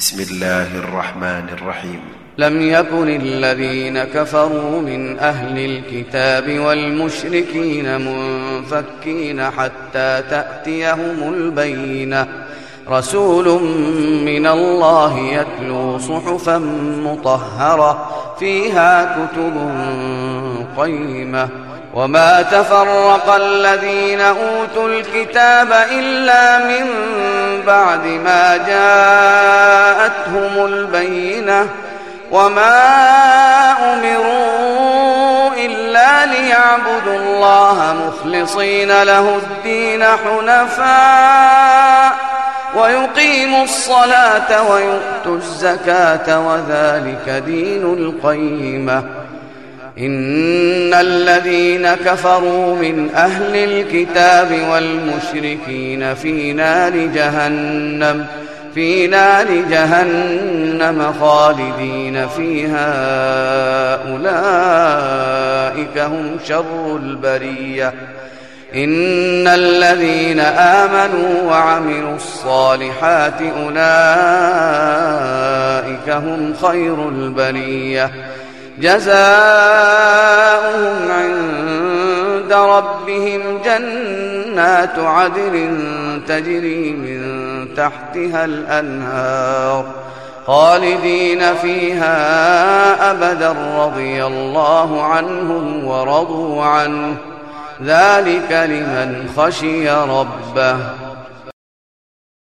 بسم الله الرحمن الرحيم. لم يكن الذين كفروا من أهل الكتاب والمشركين منفكين حتى تأتيهم البينة، رسول من الله يتلو صحفا مطهرة فيها كتب قيمة. وما تفرق الذين أوتوا الكتاب إلا من بعد ما جاءتهم البينة، وما أمروا إلا ليعبدوا الله مخلصين له الدين حنفاء ويقيموا الصلاة ويؤتوا الزكاة وذلك دين القيمة. إن الذين كفروا من أهل الكتاب والمشركين في نار جهنم خالدين فيها، أولئك هم شر البرية. إن الذين آمنوا وعملوا الصالحات أولئك هم خير البرية، جزاؤهم عند ربهم جنات عدن تجري من تحتها الأنهار خالدين فيها أبدا، رضي الله عنهم ورضوا عنه، ذلك لمن خشي ربه.